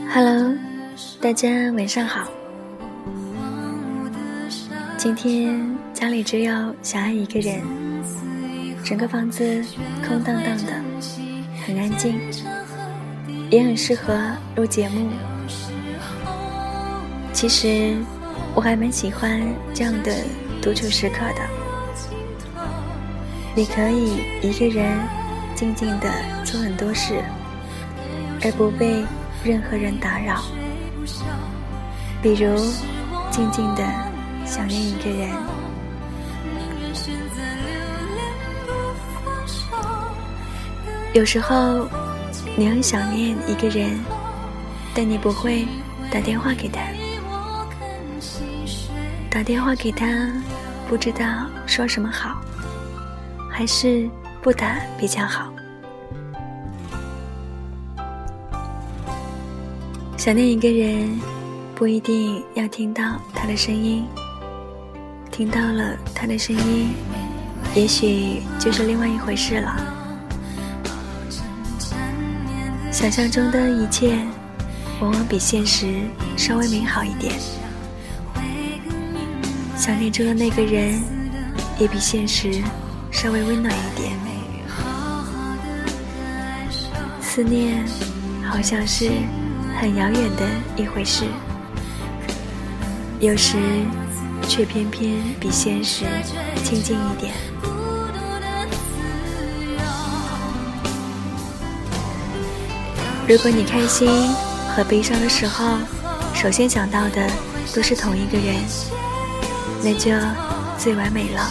Hello， 大家晚上好。今天家里只有小爱一个人，整个房子空荡荡的，很安静，也很适合录节目。其实我还蛮喜欢这样的独处时刻的，你可以一个人静静地做很多事，而不被任何人打扰，比如静静地想念一个人。有时候你很想念一个人，但你不会打电话给他，打电话给他不知道说什么好，还是不打比较好。想念一个人不一定要听到他的声音，听到了他的声音也许就是另外一回事了。想象中的一切往往比现实稍微美好一点，想念中的那个人也比现实稍微温暖一点。思念好像是很遥远的一回事，有时却偏偏比现实亲近一点。如果你开心和悲伤的时候，首先想到的都是同一个人，那就最完美了。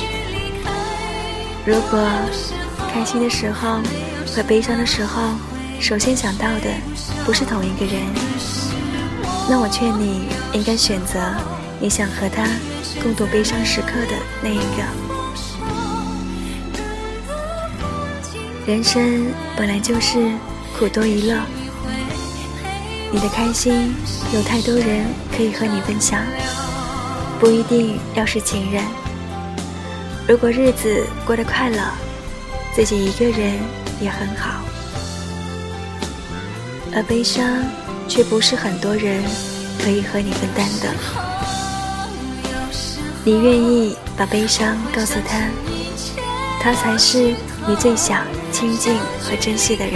如果开心的时候和悲伤的时候，首先想到的不是同一个人，那我劝你应该选择你想和他共度悲伤时刻的那一个。人生本来就是苦多于乐，你的开心有太多人可以和你分享，不一定要是情人。如果日子过得快乐，自己一个人也很好。而悲伤却不是很多人可以和你分担的，你愿意把悲伤告诉他，他才是你最想亲近和珍惜的人。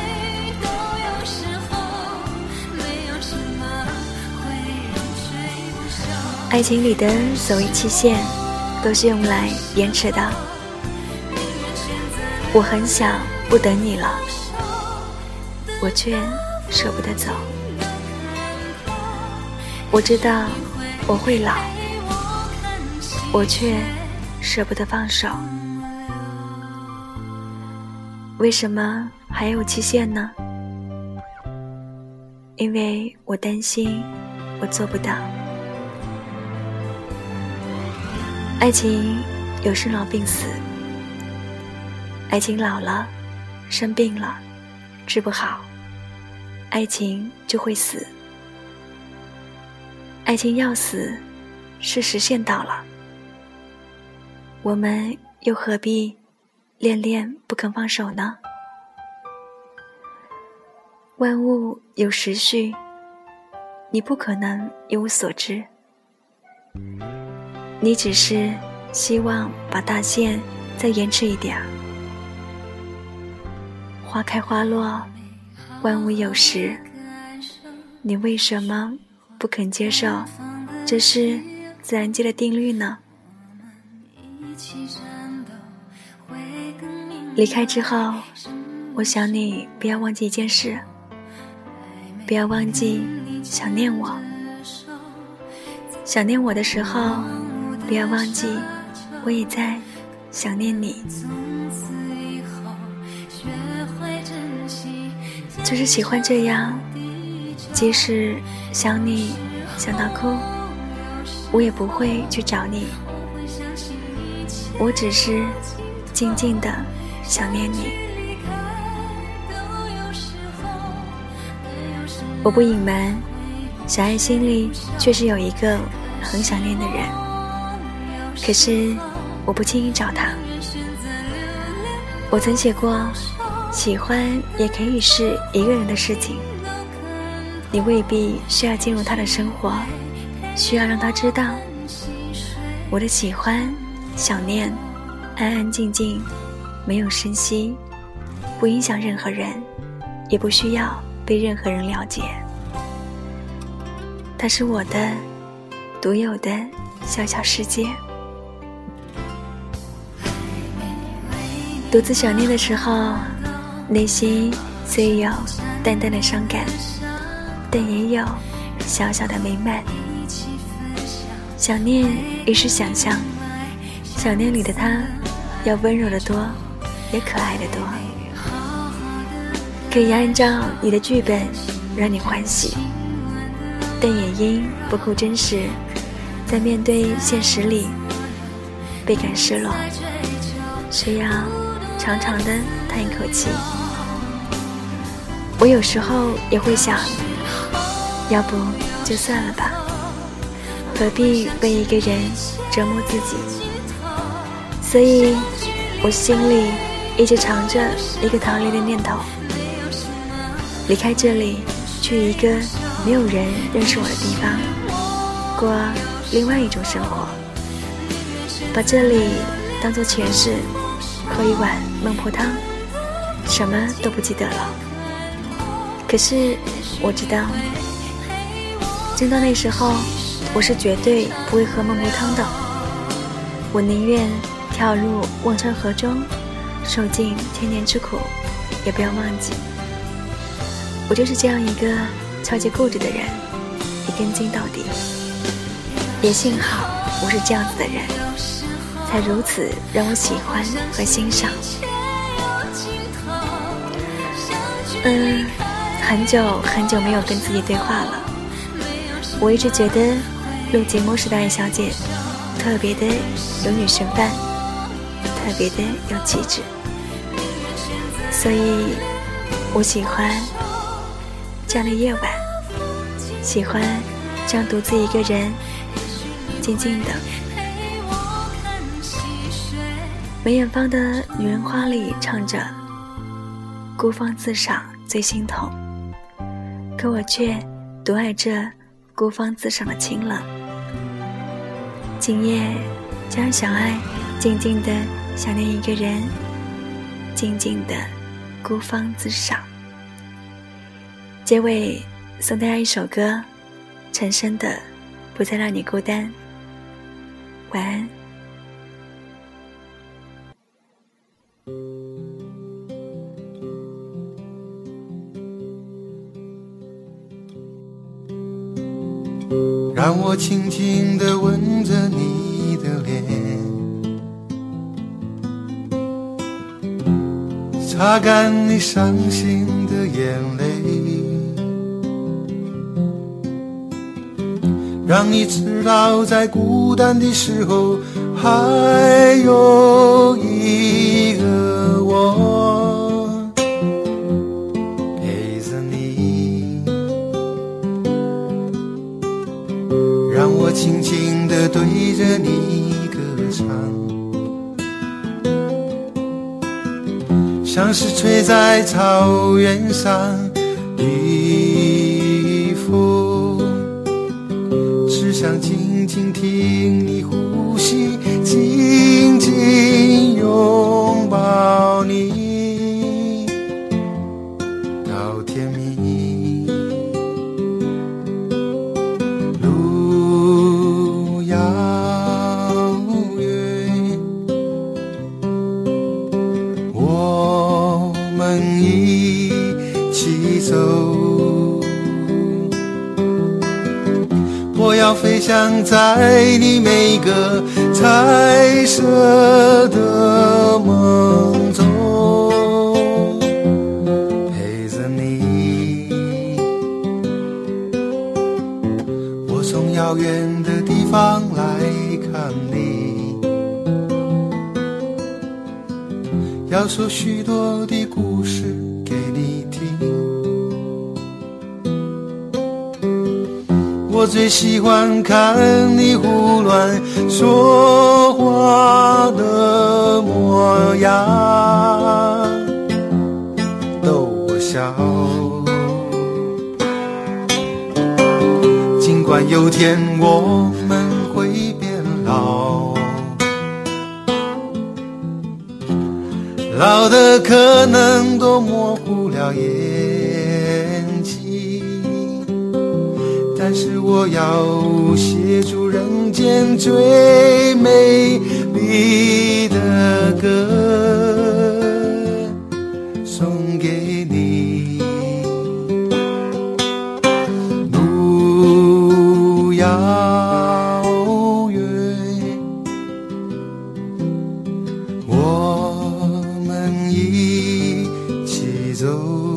爱情里的所谓期限都是用来延迟的，我很想不等你了，我却舍不得走。我知道我会老，我却舍不得放手。为什么还有期限呢？因为我担心我做不到。爱情有生老病死，爱情老了，生病了，治不好，爱情就会死。爱情要死，是时限到了，我们又何必恋恋不肯放手呢？万物有时序，你不可能一无所知，你只是希望把大限再延迟一点。花开花落，万物有时，你为什么不肯接受这是自然界的定律呢？离开之后，我想你不要忘记一件事，不要忘记想念我。想念我的时候，不要忘记我也在想念你。就是喜欢这样，即使想你想到哭，我也不会去找你，我只是静静地想念你。我不隐瞒，小爱心里确实有一个很想念的人，可是我不轻易找他。我曾写过，喜欢也可以是一个人的事情， 你未必需要进入他的生活，需要让他知道我的喜欢、想念，安安静静，没有声息，不影响任何人，也不需要被任何人了解。它是我的独有的小小世界。独自想念的时候，内心虽有淡淡的伤感，但也有小小的美满。想念也是想象，想念里的他要温柔得多，也可爱得多，可以按照你的剧本让你欢喜，但也因不够真实，在面对现实里倍感失落，需要长长的叹一口气。我有时候也会想，要不就算了吧，何必为一个人折磨自己。所以我心里一直藏着一个逃离的念头，离开这里，去一个没有人认识我的地方，过另外一种生活，把这里当作前世，喝一碗孟婆汤，什么都不记得了。可是我知道，真到那时候，我是绝对不会喝孟婆汤的。我宁愿跳入忘川河中，受尽千年之苦，也不要忘记，我就是这样一个超级固执的人，一根筋到底。也幸好我是这样子的人，才如此让我喜欢和欣赏。很久没有跟自己对话了。我一直觉得录节目时的艾小姐特别的有女神范，特别的有气质，所以我喜欢这样的夜晚，喜欢这样独自一个人静静的。梅艳芳的女人花里唱着孤芳自赏最心痛，可我却独爱这孤芳自赏的清冷。今夜将让小爱静静地想念一个人，静静地孤芳自赏。结尾送大家一首歌，陈升的《不再让你孤单》。晚安。 让我轻轻地吻着你的脸，擦干你伤心的眼泪，让你知道在孤单的时候还有一个我陪着你，让我轻轻地对着你歌唱，像是吹在草原上的风，只想静静听你呼吸，紧紧拥抱你到天明。路遥远，我们一起走，我要飞翔在你每个彩色的梦中，陪着你。我从遥远的地方来看你，要说许多的故事给你听。我最喜欢看你胡乱说话的模样，逗我笑。 然有天我们会变老，老的可能都模糊了眼睛，但是我要写出人间最美丽的歌送给你。路遥远，我们一起走，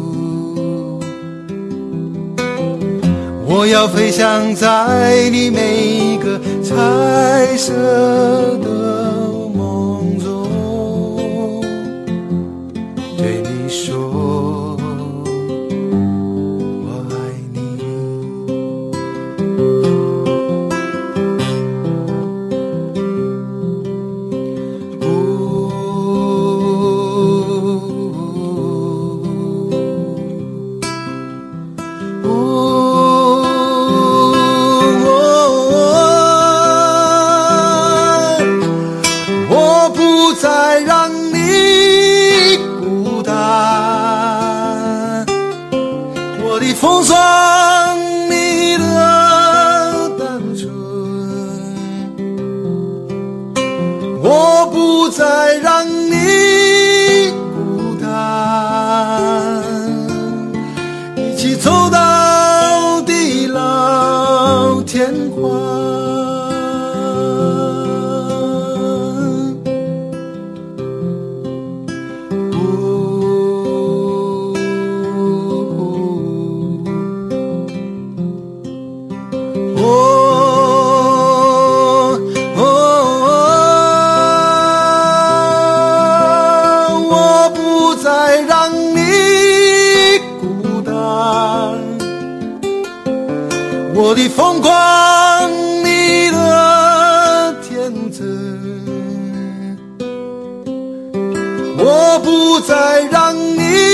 我要飞翔在你每一个彩色的梦中，对你说我爱你。我不再让你孤单，我的风霜，你的单纯，我不再让你孤单，一起走到地老天荒。我不再让你孤单，我的疯狂，你的天真，我不再让你